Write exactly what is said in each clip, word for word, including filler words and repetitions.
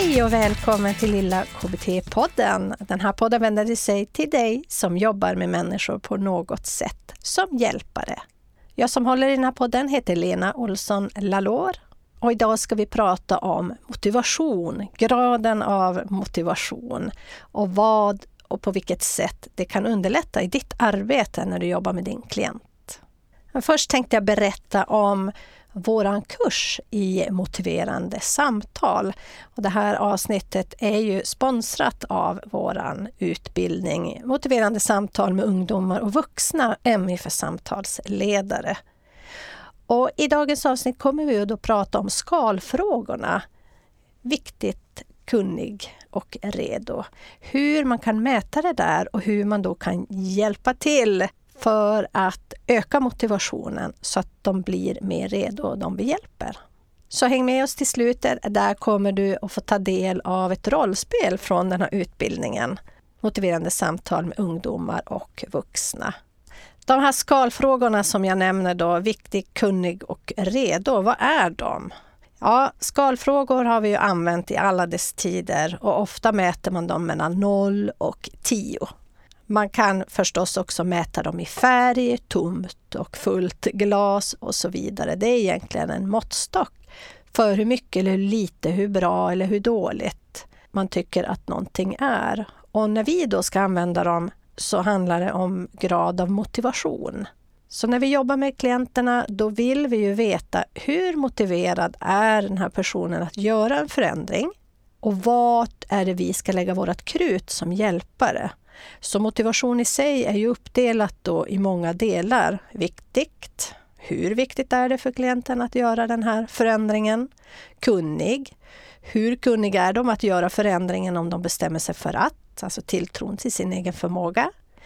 Hej och välkommen till Lilla K B T-podden. Den här podden vänder sig till dig som jobbar med människor på något sätt som hjälpare. Jag som håller i den här podden heter Lena Olsson Lalor. Och idag ska vi prata om motivation, graden av motivation och vad och på vilket sätt det kan underlätta i ditt arbete när du jobbar med din klient. Men först tänkte jag berätta om våran kurs i motiverande samtal. Och det här avsnittet är ju sponsrat av våran utbildning Motiverande samtal med ungdomar och vuxna, M I för samtalsledare. Och i dagens avsnitt kommer vi då prata om skalfrågorna. Viktigt, kunnig och redo. Hur man kan mäta det där och hur man då kan hjälpa till för att öka motivationen så att de blir mer redo, de vi hjälper. Så häng med oss till slutet, där kommer du att få ta del av ett rollspel från den här utbildningen. Motiverande samtal med ungdomar och vuxna. De här skalfrågorna som jag nämner då, viktig, kunnig och redo, vad är de? Ja, skalfrågor har vi ju använt i alla dess tider och ofta mäter man dem mellan noll och tio. Man kan förstås också mäta dem i färg, tomt och fullt glas och så vidare. Det är egentligen en måttstock för hur mycket eller hur lite, hur bra eller hur dåligt man tycker att någonting är. Och när vi då ska använda dem så handlar det om grad av motivation. Så när vi jobbar med klienterna då vill vi ju veta hur motiverad är den här personen att göra en förändring och vart är det vi ska lägga vårt krut som hjälpare. Så motivation i sig är ju uppdelat då i många delar. Viktigt. Hur viktigt är det för klienten att göra den här förändringen? Kunnig. Hur kunnig är de att göra förändringen om de bestämmer sig för att? Alltså tilltron till sin egen förmåga.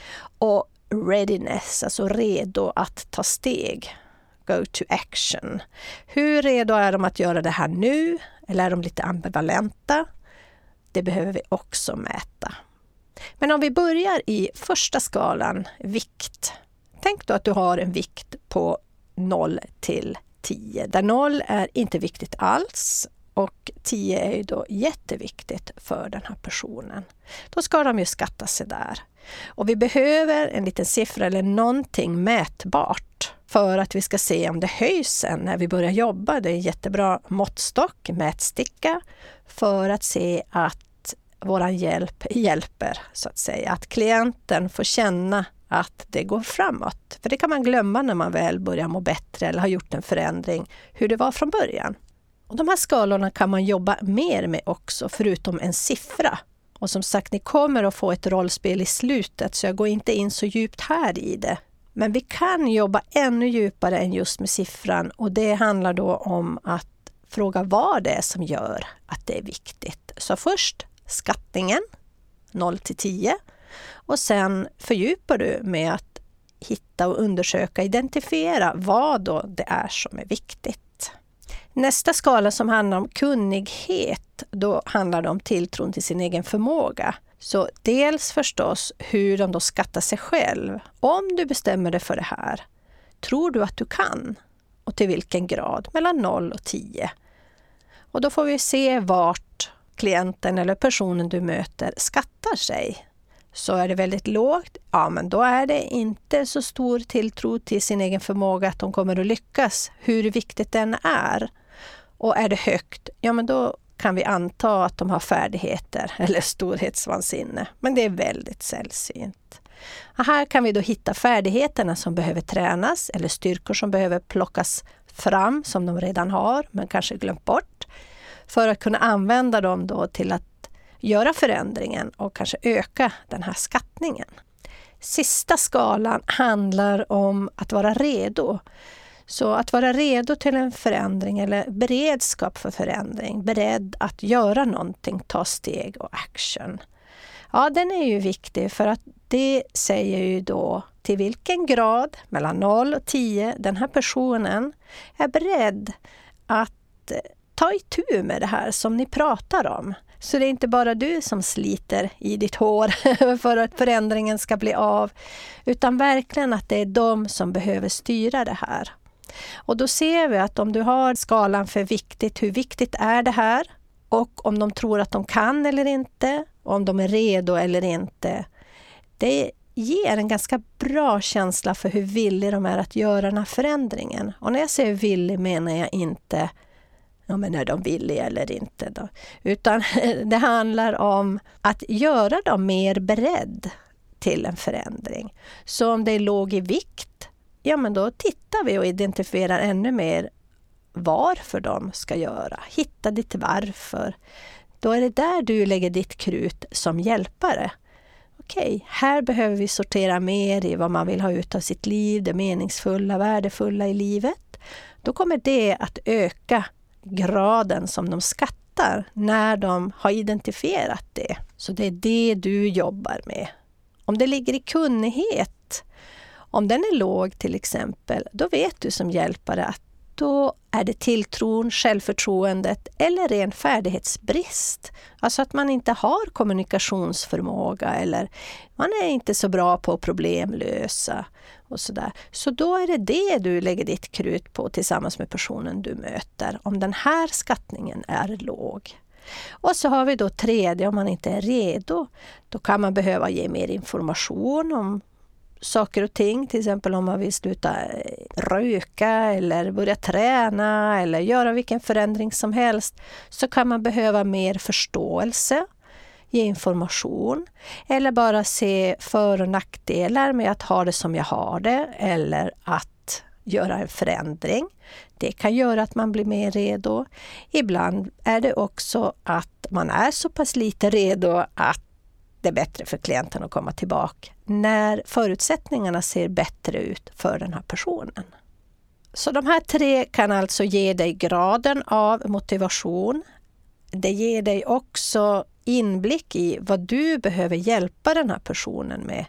Och readiness, alltså redo att ta steg. Go to action. Hur redo är de att göra det här nu? Eller är de lite ambivalenta? Det behöver vi också mäta. Men om vi börjar i första skalan, vikt. Tänk då att du har en vikt på noll till tio. Där noll är inte viktigt alls och tio är ju då jätteviktigt för den här personen. Då ska de ju skatta sig där. Och vi behöver en liten siffra eller någonting mätbart för att vi ska se om det höjs sen när vi börjar jobba. Det är en jättebra måttstock, mätsticka, för att se att våran hjälp hjälper, så att säga. Att klienten får känna att det går framåt. För det kan man glömma när man väl börjar må bättre eller har gjort en förändring, hur det var från början. Och de här skalorna kan man jobba mer med också, förutom en siffra. Och som sagt, ni kommer att få ett rollspel i slutet, så jag går inte in så djupt här i det. Men vi kan jobba ännu djupare än just med siffran, och det handlar då om att fråga vad det är som gör att det är viktigt. Så först skattningen, noll till tio, och sen fördjupar du med att hitta och undersöka, identifiera vad då det är som är viktigt. Nästa skala som handlar om kunnighet, då handlar det om tilltron till sin egen förmåga. Så dels förstås hur de då skattar sig själv. Om du bestämmer dig för det här, tror du att du kan? Och till vilken grad? Mellan noll och tio. Och då får vi se vart klienten eller personen du möter skattar sig. Så är det väldigt lågt, ja men då är det inte så stor tilltro till sin egen förmåga att de kommer att lyckas, hur viktigt den är. Och är det högt, ja men då kan vi anta att de har färdigheter eller storhetsvansinne. Men det är väldigt sällsynt. Och här kan vi då hitta färdigheterna som behöver tränas eller styrkor som behöver plockas fram som de redan har men kanske glömt bort. För att kunna använda dem då till att göra förändringen och kanske öka den här skattningen. Sista skalan handlar om att vara redo. Så att vara redo till en förändring eller beredskap för förändring. Beredd att göra någonting, ta steg och action. Ja, den är ju viktig för att det säger ju då till vilken grad mellan noll och tio den här personen är beredd att ta itu med det här som ni pratar om. Så det är inte bara du som sliter i ditt hår för att förändringen ska bli av, utan verkligen att det är de som behöver styra det här. Och då ser vi att om du har skalan för viktigt, hur viktigt är det här? och om de tror att de kan eller inte, om de är redo eller inte. Det ger en ganska bra känsla för hur villiga de är att göra den här förändringen. Och när jag säger villig menar jag inte ja, men är de villiga eller inte då. Utan det handlar om att göra dem mer beredd till en förändring. Så om det är låg i vikt, ja men då tittar vi och identifierar ännu mer varför de ska göra. Hitta ditt varför. Då är det där du lägger ditt krut som hjälpare. Okej, här behöver vi sortera mer i vad man vill ha ut av sitt liv, det meningsfulla, värdefulla i livet. Då kommer det att öka graden som de skattar när de har identifierat det. Så det är det du jobbar med. Om det ligger i kunnighet, om den är låg till exempel, då vet du som hjälpare att då är det tilltron, självförtroendet eller ren färdighetsbrist. Alltså att man inte har kommunikationsförmåga eller man är inte så bra på problemlösa och sådär. Så då är det det du lägger ditt krut på tillsammans med personen du möter. Om den här skattningen är låg. Och så har vi då tredje, om man inte är redo. Då kan man behöva ge mer information om saker och ting, till exempel om man vill sluta röka eller börja träna eller göra vilken förändring som helst, så kan man behöva mer förståelse, ge information eller bara se för- och nackdelar med att ha det som jag har det eller att göra en förändring. Det kan göra att man blir mer redo. Ibland är det också att man är så pass lite redo att det är bättre för klienten att komma tillbaka när förutsättningarna ser bättre ut för den här personen. Så de här tre kan alltså ge dig graden av motivation. Det ger dig också inblick i vad du behöver hjälpa den här personen med.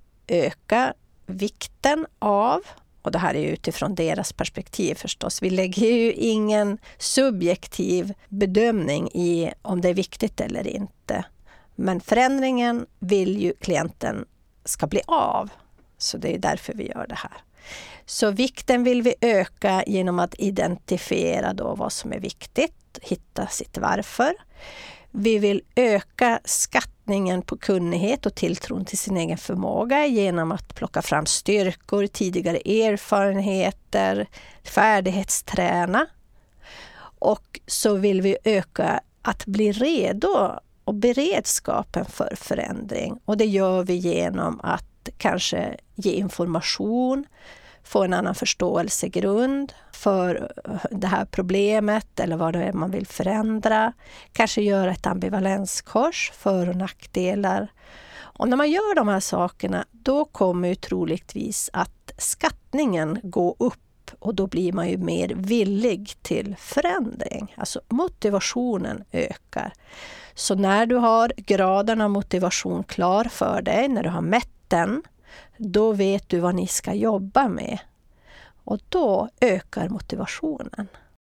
Öka vikten av, och det här är utifrån deras perspektiv förstås. Vi lägger ju ingen subjektiv bedömning i om det är viktigt eller inte. Men förändringen vill ju klienten ska bli av. Så det är därför vi gör det här. Så vikten vill vi öka genom att identifiera då vad som är viktigt. Hitta sitt varför. Vi vill öka skattningen på kunnighet och tilltron till sin egen förmåga genom att plocka fram styrkor, tidigare erfarenheter, färdighetsträna. Och så vill vi öka att bli redo och beredskapen för förändring. Och det gör vi genom att kanske ge information, få en annan förståelsegrund för det här problemet eller vad det är man vill förändra. Kanske göra ett ambivalenskors, för- och nackdelar. Och när man gör de här sakerna, då kommer ju troligtvis att skattningen gå upp och då blir man ju mer villig till förändring. Alltså motivationen ökar. Så när du har graden av motivation klar för dig, när du har mätt den, då vet du vad ni ska jobba med. Och då ökar motivationen.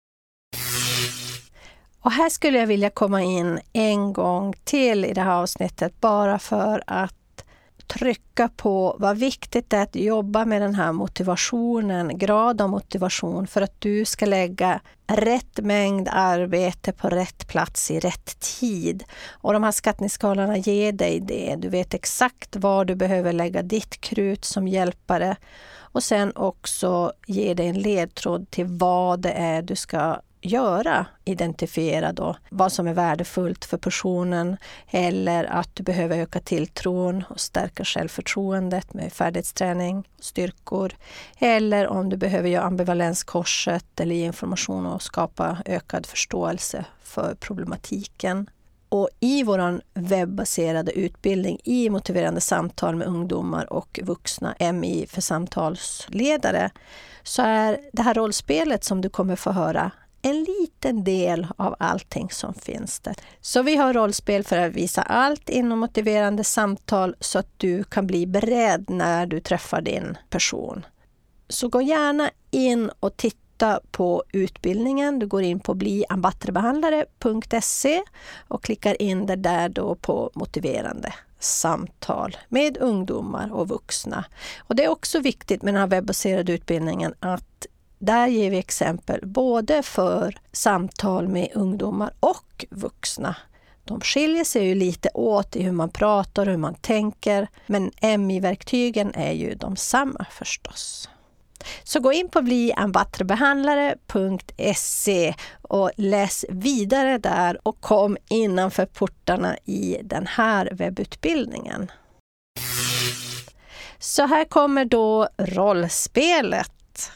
Och här skulle jag vilja komma in en gång till i det här avsnittet bara för att trycka på vad viktigt det är att jobba med den här motivationen, grad av motivation, för att du ska lägga rätt mängd arbete på rätt plats i rätt tid. Och de här skattningsskalorna ger dig det. Du vet exakt var du behöver lägga ditt krut som hjälpare och sen också ge dig en ledtråd till vad det är du ska göra, identifiera då vad som är värdefullt för personen eller att du behöver öka tilltron och stärka självförtroendet med färdighetsträning, styrkor eller om du behöver göra ambivalenskorset eller ge information och skapa ökad förståelse för problematiken. Och i vår webbaserade utbildning i motiverande samtal med ungdomar och vuxna, M I för samtalsledare, så är det här rollspelet som du kommer få höra en liten del av allting som finns där. Så vi har rollspel för att visa allt inom motiverande samtal så att du kan bli beredd när du träffar din person. Så gå gärna in och titta på utbildningen. Du går in på bli ambattrebehandlare punkt se och klickar in det där då på motiverande samtal med ungdomar och vuxna. Och det är också viktigt med den här webbaserade utbildningen att där ger vi exempel både för samtal med ungdomar och vuxna. De skiljer sig ju lite åt i hur man pratar och hur man tänker, men M I-verktygen är ju de samma förstås. Så gå in på bli en bättre behandlare punkt se och läs vidare där och kom innanför portarna i den här webbutbildningen. Så här kommer då rollspelet.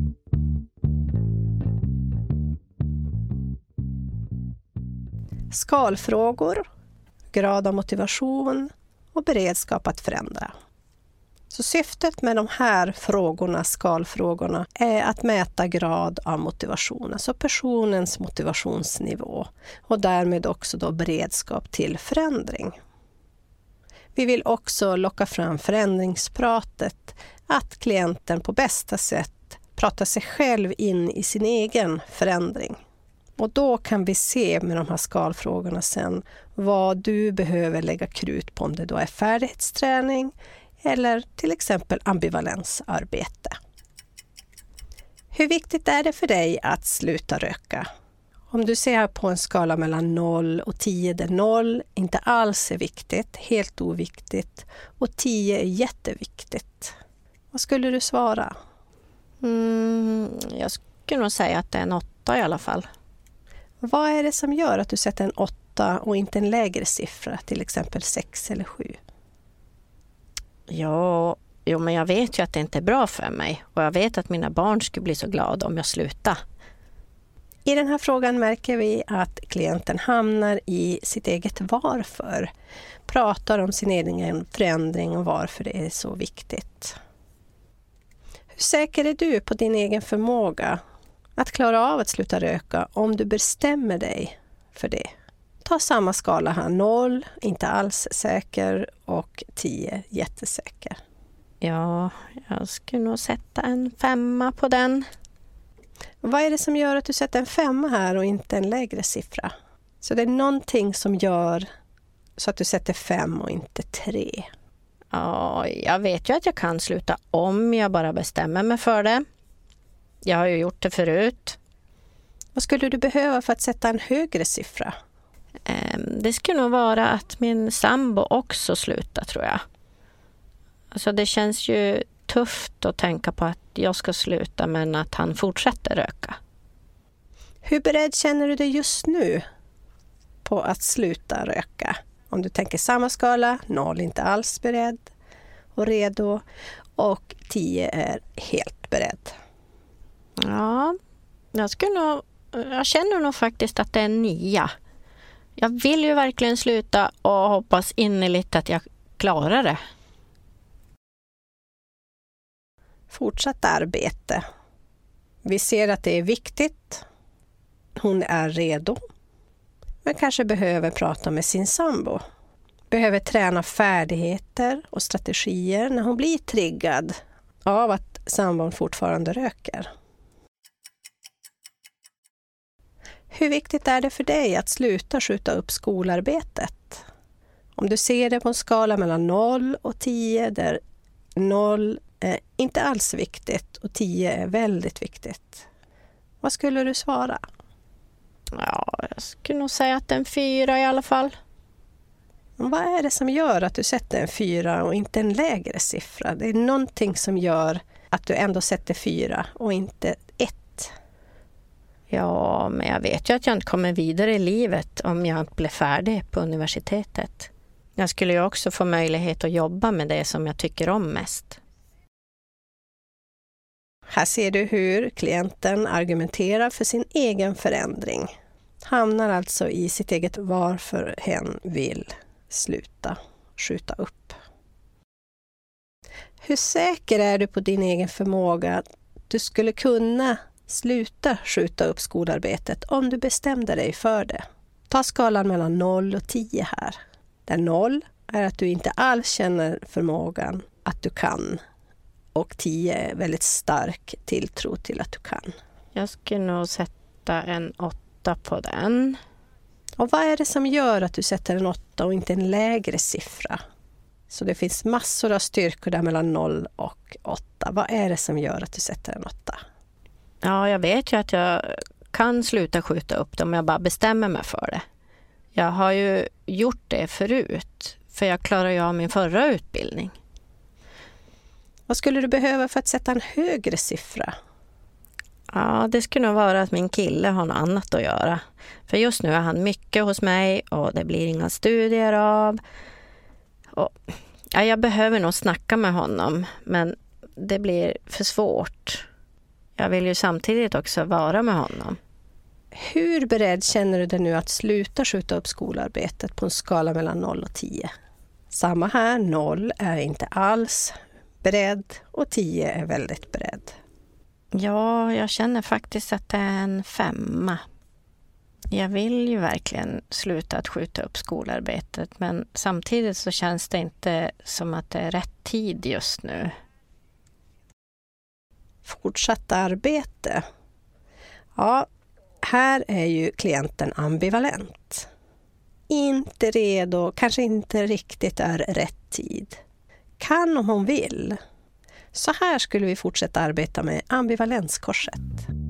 Skalfrågor, grad av motivation och beredskap att förändra. Så syftet med de här frågorna, skalfrågorna, är att mäta grad av motivation, alltså personens motivationsnivå och därmed också då beredskap till förändring. Vi vill också locka fram förändringspratet, att klienten på bästa sätt pratar sig själv in i sin egen förändring. Och då kan vi se med de här skalfrågorna sen vad du behöver lägga krut på, om det då är färdighetsträning eller till exempel ambivalensarbete. Hur viktigt är det för dig att sluta röka? Om du ser på en skala mellan noll och tio där noll inte alls är viktigt, helt oviktigt, och tio är jätteviktigt. Vad skulle du svara? Mm, jag skulle nog säga att det är en åtta i alla fall. Vad är det som gör att du sätter en åtta och inte en lägre siffra, till exempel sex eller sju? Ja, jo, men jag vet ju att det inte är bra för mig och jag vet att mina barn skulle bli så glada om jag slutar. I den här frågan märker vi att klienten hamnar i sitt eget varför. Pratar om sin egen förändring och varför det är så viktigt. Hur säker är du på din egen förmåga att klara av att sluta röka om du bestämmer dig för det? Ta samma skala här, noll, inte alls säker, och tio, jättesäker. Ja, jag skulle nog sätta en femma på den. Vad är det som gör att du sätter en femma här och inte en lägre siffra? Så det är någonting som gör så att du sätter fem och inte tre. Ja, jag vet ju att jag kan sluta om jag bara bestämmer mig för det. Jag har ju gjort det förut. Vad skulle du behöva för att sätta en högre siffra? Det skulle nog vara att min sambo också slutar, tror jag. Alltså det känns ju tufft att tänka på att jag ska sluta men att han fortsätter röka. Hur beredd känner du dig just nu på att sluta röka? Om du tänker samma skala, noll inte alls beredd och redo, och tio är helt beredd. Ja, jag skulle nog, jag känner nog faktiskt att det är en nia. Jag vill ju verkligen sluta och hoppas innerligt att jag klarar det. Fortsatt arbete. Vi ser att det är viktigt. Hon är redo. Men kanske behöver prata med sin sambo. Behöver träna färdigheter och strategier när hon blir triggad av att sambon fortfarande röker. Hur viktigt är det för dig att sluta skjuta upp skolarbetet? Om du ser det på en skala mellan noll och tio där noll är inte alls viktigt och tio är väldigt viktigt. Vad skulle du svara? Ja, jag skulle nog säga att en fyra i alla fall. Vad är det som gör att du sätter en fyra och inte en lägre siffra? Det är någonting som gör att du ändå sätter fyra och inte ett. Ja, men jag vet ju att jag inte kommer vidare i livet om jag inte blir färdig på universitetet. Jag skulle ju också få möjlighet att jobba med det som jag tycker om mest. Här ser du hur klienten argumenterar för sin egen förändring. Hamnar alltså i sitt eget varför hen vill sluta, skjuta upp. Hur säker är du på din egen förmåga att du skulle kunna sluta skjuta upp skolarbetet om du bestämde dig för det? Ta skalan mellan noll och tio här. Där noll är att du inte alls känner förmågan att du kan. Och tio är väldigt stark tilltro till att du kan. Jag skulle nog sätta en åtta på den. Och vad är det som gör att du sätter en åtta och inte en lägre siffra? Så det finns massor av styrkor där mellan noll och åtta. Vad är det som gör att du sätter en åtta? Ja, jag vet ju att jag kan sluta skjuta upp det om jag bara bestämmer mig för det. Jag har ju gjort det förut, för jag klarar ju av min förra utbildning. Vad skulle du behöva för att sätta en högre siffra? Ja, det skulle nog vara att min kille har något annat att göra. För just nu är han mycket hos mig och det blir inga studier av. Och, ja, jag behöver nog snacka med honom, men det blir för svårt. Jag vill ju samtidigt också vara med honom. Hur beredd känner du dig nu att sluta skjuta upp skolarbetet på en skala mellan noll och tio? Samma här, noll är inte alls beredd och tio är väldigt beredd. Ja, jag känner faktiskt att det är en femma. Jag vill ju verkligen sluta att skjuta upp skolarbetet, men samtidigt så känns det inte som att det är rätt tid just nu. Fortsatt arbete. Ja, här är ju klienten ambivalent. Inte redo, kanske inte riktigt är rätt tid. Kan om hon vill. Så här skulle vi fortsätta arbeta med ambivalenskorset.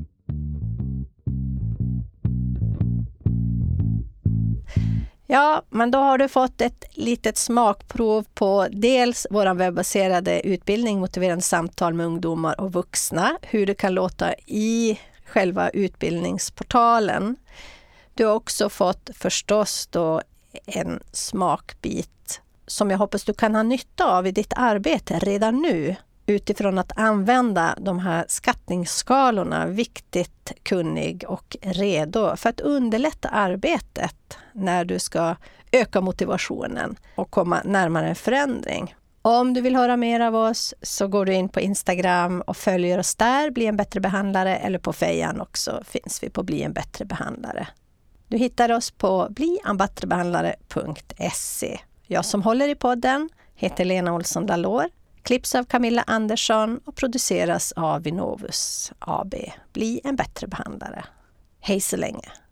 Ja, men då har du fått ett litet smakprov på dels vår webbaserade utbildning Motiverande samtal med ungdomar och vuxna. Hur det kan låta i själva utbildningsportalen. Du har också fått förstås då en smakbit som jag hoppas du kan ha nytta av i ditt arbete redan nu. Utifrån att använda de här skattningsskalorna viktigt, kunnig och redo för att underlätta arbetet när du ska öka motivationen och komma närmare en förändring. Om du vill höra mer av oss så går du in på Instagram och följer oss där, Bli en bättre behandlare, eller på Fejan också finns vi på Bli en bättre behandlare. Du hittar oss på bli en bättre behandlare punkt se. Jag som håller i podden heter Lena Olsson Dalor. Klipps av Camilla Andersson och produceras av Vinovus A B. Bli en bättre behandlare. Hej så länge!